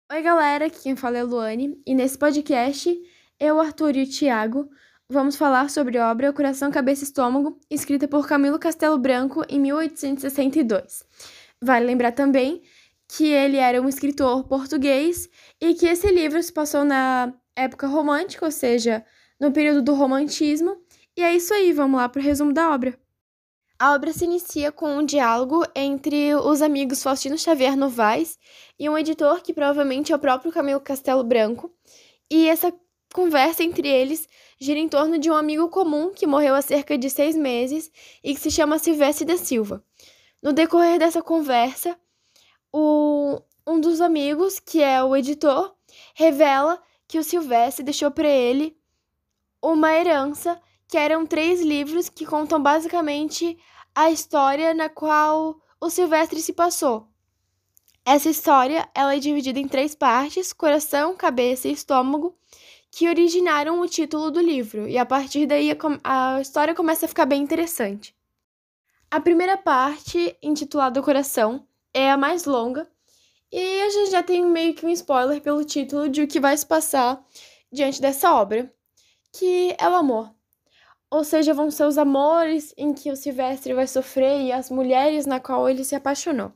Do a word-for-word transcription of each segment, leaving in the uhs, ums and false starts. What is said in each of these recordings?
Oi, galera, aqui quem fala é a Luane, e nesse podcast, eu, Arthur e o Thiago vamos falar sobre a obra Coração, Cabeça e Estômago, escrita por Camilo Castelo Branco em mil oitocentos e sessenta e dois. Vale lembrar também que ele era um escritor português e que esse livro se passou na época romântica, ou seja, no período do romantismo, e é isso aí, vamos lá para o resumo da obra. A obra se inicia com um diálogo entre os amigos Faustino Xavier Novaes e um editor que provavelmente é o próprio Camilo Castelo Branco. E essa conversa entre eles gira em torno de um amigo comum que morreu há cerca de seis meses e que se chama Silvestre da Silva. No decorrer dessa conversa, o, um dos amigos, que é o editor, revela que o Silvestre deixou para ele uma herança que eram três livros que contam basicamente a história na qual o Silvestre se passou. Essa história ela é dividida em três partes: coração, cabeça e estômago, que originaram o título do livro, e a partir daí a, a história começa a ficar bem interessante. A primeira parte, intitulada Coração, é a mais longa, e a gente já tem meio que um spoiler pelo título de o que vai se passar diante dessa obra, que é o amor. Ou seja, vão ser os amores em que o Silvestre vai sofrer e as mulheres na qual ele se apaixonou.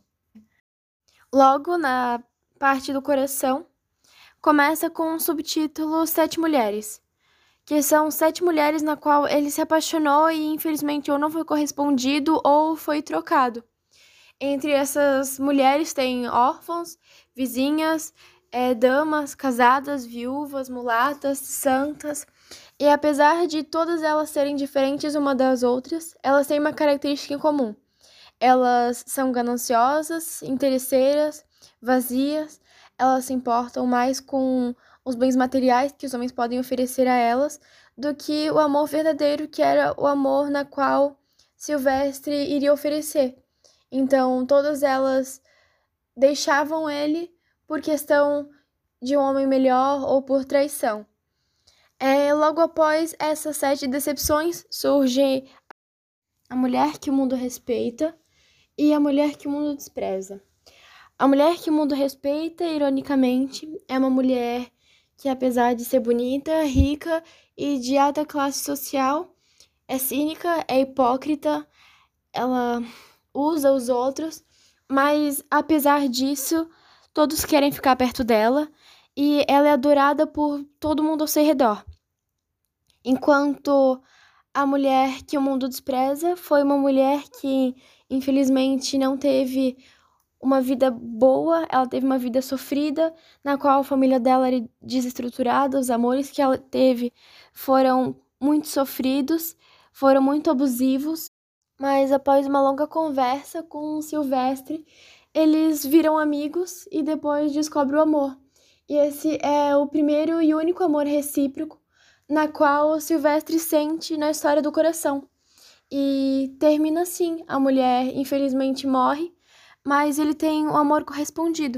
Logo, na parte do coração, começa com o subtítulo Sete Mulheres, que são sete mulheres na qual ele se apaixonou e infelizmente ou não foi correspondido ou foi trocado. Entre essas mulheres tem órfãos, vizinhas, é, damas, casadas, viúvas, mulatas, santas. E apesar de todas elas serem diferentes uma das outras, elas têm uma característica em comum. Elas são gananciosas, interesseiras, vazias, elas se importam mais com os bens materiais que os homens podem oferecer a elas do que o amor verdadeiro, que era o amor na qual Silvestre iria oferecer. Então, todas elas deixavam ele por questão de um homem melhor ou por traição. É, logo após essas sete decepções, surge a mulher que o mundo respeita e a mulher que o mundo despreza. A mulher que o mundo respeita, ironicamente, é uma mulher que, apesar de ser bonita, rica e de alta classe social, é cínica, é hipócrita, ela usa os outros, mas, apesar disso, todos querem ficar perto dela e ela é adorada por todo mundo ao seu redor. Enquanto a mulher que o mundo despreza foi uma mulher que, infelizmente, não teve uma vida boa, ela teve uma vida sofrida, na qual a família dela era desestruturada, os amores que ela teve foram muito sofridos, foram muito abusivos, mas após uma longa conversa com o Silvestre, eles viram amigos e depois descobrem o amor. E esse é o primeiro e único amor recíproco na qual o Silvestre sente na história do coração. E termina assim, a mulher infelizmente morre, mas ele tem um amor correspondido.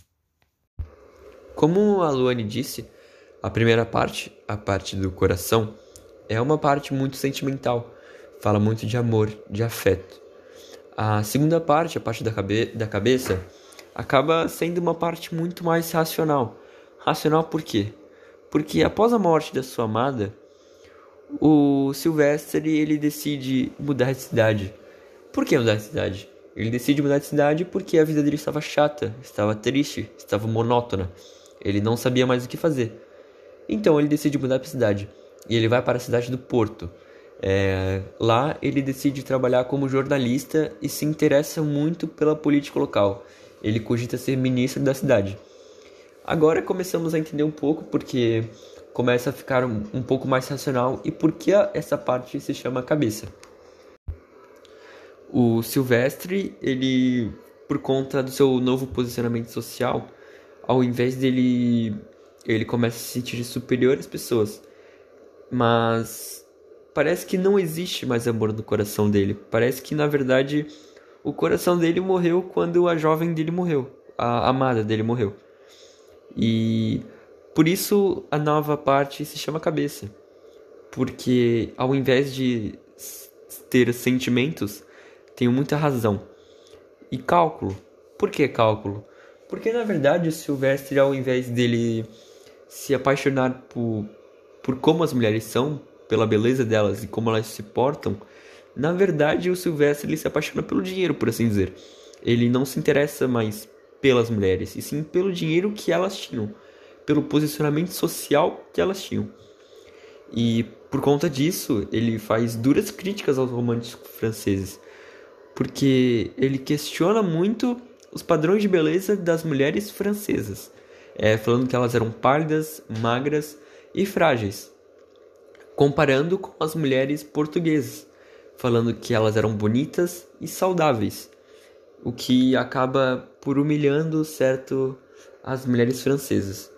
Como a Luane disse, a primeira parte, a parte do coração, é uma parte muito sentimental, fala muito de amor, de afeto. A segunda parte, a parte da, cabe- da cabeça, acaba sendo uma parte muito mais racional. Racional por quê? Porque após a morte da sua amada, o Silvestre ele decide mudar de cidade. Por que mudar de cidade? Ele decide mudar de cidade porque a vida dele estava chata, estava triste, estava monótona. Ele não sabia mais o que fazer. Então ele decide mudar para a cidade. E ele vai para a cidade do Porto. É, lá ele decide trabalhar como jornalista e se interessa muito pela política local. Ele cogita ser ministro da cidade. Agora começamos a entender um pouco porque começa a ficar um, um pouco mais racional e por que essa parte se chama cabeça. O Silvestre, ele, por conta do seu novo posicionamento social, ao invés dele, ele começa a se sentir superior às pessoas. Mas parece que não existe mais amor no coração dele. Parece que, na verdade, o coração dele morreu quando a jovem dele morreu, a amada dele morreu. E por isso a nova parte se chama cabeça. Porque ao invés de ter sentimentos, tenho muita razão. E cálculo. Por que cálculo? Porque, na verdade, o Silvestre, ao invés dele se apaixonar por, por como as mulheres são, pela beleza delas e como elas se portam, na verdade, o Silvestre ele se apaixona pelo dinheiro, por assim dizer. Ele não se interessa mais pelas mulheres, e sim pelo dinheiro que elas tinham, pelo posicionamento social que elas tinham. E por conta disso, ele faz duras críticas aos românticos franceses, porque ele questiona muito os padrões de beleza das mulheres francesas, é, falando que elas eram pálidas, magras e frágeis, comparando com as mulheres portuguesas, falando que elas eram bonitas e saudáveis, o que acaba por humilhando certo as mulheres francesas.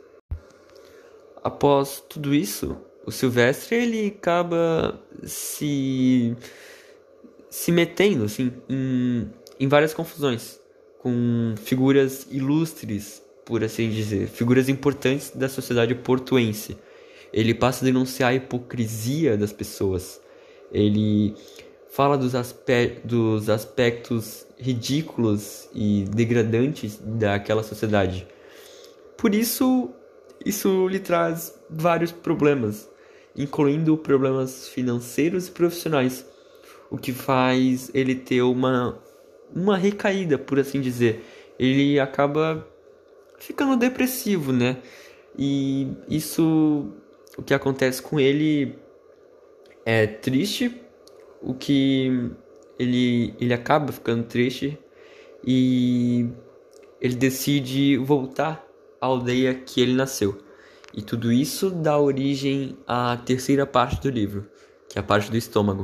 Após tudo isso, o Silvestre ele acaba se se metendo assim em, em várias confusões com figuras ilustres, por assim dizer, figuras importantes da sociedade portuense. Ele passa a denunciar a hipocrisia das pessoas. Ele fala dos, aspe- dos aspectos ridículos e degradantes daquela sociedade. Por isso, isso lhe traz vários problemas, incluindo problemas financeiros e profissionais, o que faz ele ter uma, uma recaída, por assim dizer. Ele acaba ficando depressivo, né? E isso, o que acontece com ele é triste, o que ele, ele acaba ficando triste e ele decide voltar à aldeia que ele nasceu. E tudo isso dá origem à terceira parte do livro, que é a parte do estômago.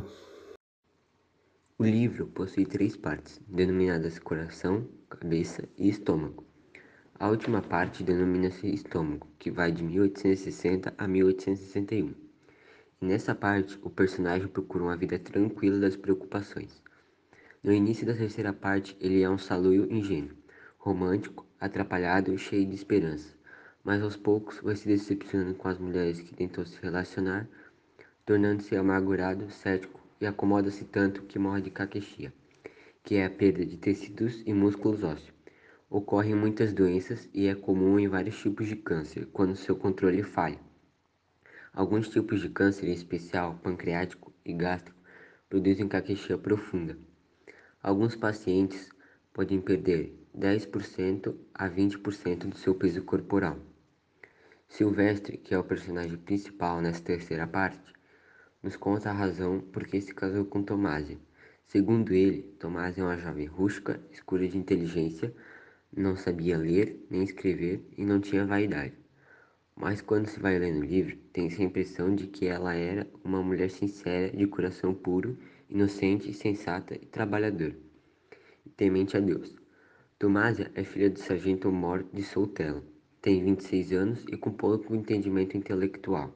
O livro possui três partes, denominadas coração, cabeça e estômago. A última parte denomina-se estômago, que vai de mil oitocentos e sessenta a mil oitocentos e sessenta e um. E nessa parte, o personagem procura uma vida tranquila das preocupações. No início da terceira parte, ele é um saloio ingênuo, romântico, atrapalhado e cheio de esperança, mas aos poucos vai se decepcionando com as mulheres que tentou se relacionar, tornando-se amargurado, cético e acomoda-se tanto que morre de caquexia, que é a perda de tecidos e músculos ósseos. Ocorre em muitas doenças e é comum em vários tipos de câncer, quando seu controle falha. Alguns tipos de câncer, em especial pancreático e gástrico, produzem caquexia profunda. Alguns pacientes podem perder dez por cento a vinte por cento do seu peso corporal. Silvestre, que é o personagem principal nessa terceira parte, nos conta a razão por que se casou com Tomásia. Segundo ele, Tomásia é uma jovem rústica, escura de inteligência, não sabia ler nem escrever e não tinha vaidade. Mas quando se vai lendo o livro, tem-se a impressão de que ela era uma mulher sincera, de coração puro, inocente, sensata e trabalhadora, e temente a Deus. Tomásia é filha do sargento Mor de Soutelo, tem vinte e seis anos e com pouco entendimento intelectual.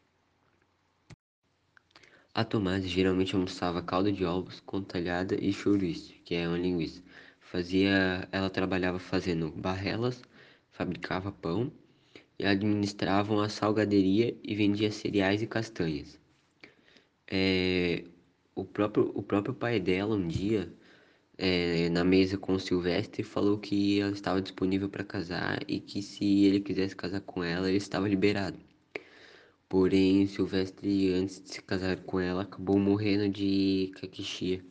A Tomásia geralmente almoçava caldo de ovos com talhada e chouriço, que é uma linguiça. Fazia, ela trabalhava fazendo barrelas, fabricava pão e administrava uma salgaderia e vendia cereais e castanhas. É, o, próprio, o próprio pai dela, um dia, é, na mesa com o Silvestre, falou que ela estava disponível para casar e que se ele quisesse casar com ela, ele estava liberado. Porém, Silvestre, antes de se casar com ela, acabou morrendo de caquexia.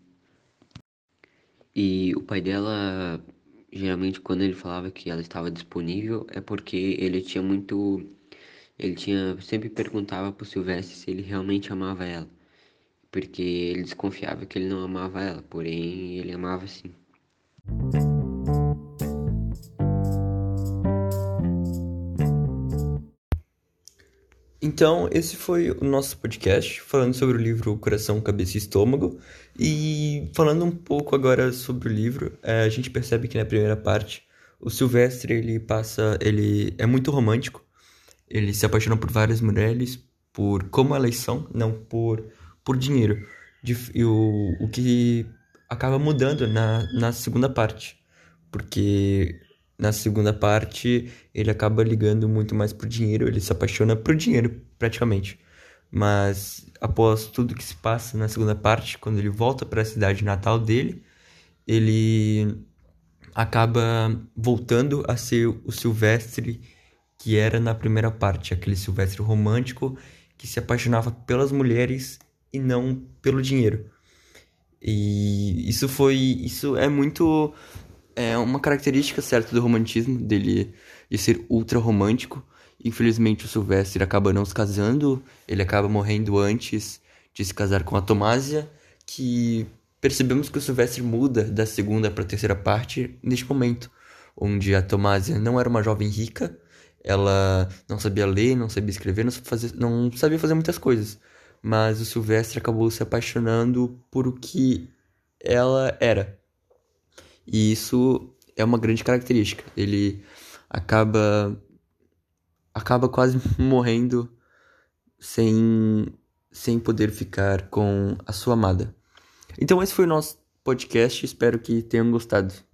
E o pai dela, geralmente, quando ele falava que ela estava disponível, é porque ele tinha muito... Ele tinha sempre perguntava pro Silvestre se ele realmente amava ela. Porque ele desconfiava que ele não amava ela, porém, ele amava sim. Então, esse foi o nosso podcast, falando sobre o livro Coração, Cabeça e Estômago. E falando um pouco agora sobre o livro, é, a gente percebe que na primeira parte, o Silvestre, ele passa, ele é muito romântico. Ele se apaixona por várias mulheres, por como elas são, não por, por dinheiro. De- E o, o que acaba mudando na, na segunda parte. Porque na segunda parte ele acaba ligando muito mais pro dinheiro, ele se apaixona pro dinheiro praticamente. Mas após tudo que se passa na segunda parte, quando ele volta para a cidade natal dele, ele acaba voltando a ser o Silvestre que era na primeira parte, aquele Silvestre romântico que se apaixonava pelas mulheres e não pelo dinheiro. E isso foi, isso é muito, é uma característica certa do romantismo, dele de ser ultra romântico. Infelizmente o Silvestre acaba não se casando, ele acaba morrendo antes de se casar com a Tomásia, que percebemos que o Silvestre muda da segunda para a terceira parte neste momento, onde a Tomásia não era uma jovem rica, ela não sabia ler, não sabia escrever, não sabia fazer, não sabia fazer muitas coisas, mas o Silvestre acabou se apaixonando por o que ela era. E isso é uma grande característica. Ele acaba acaba quase morrendo sem sem poder ficar com a sua amada. Então esse foi o nosso podcast, espero que tenham gostado.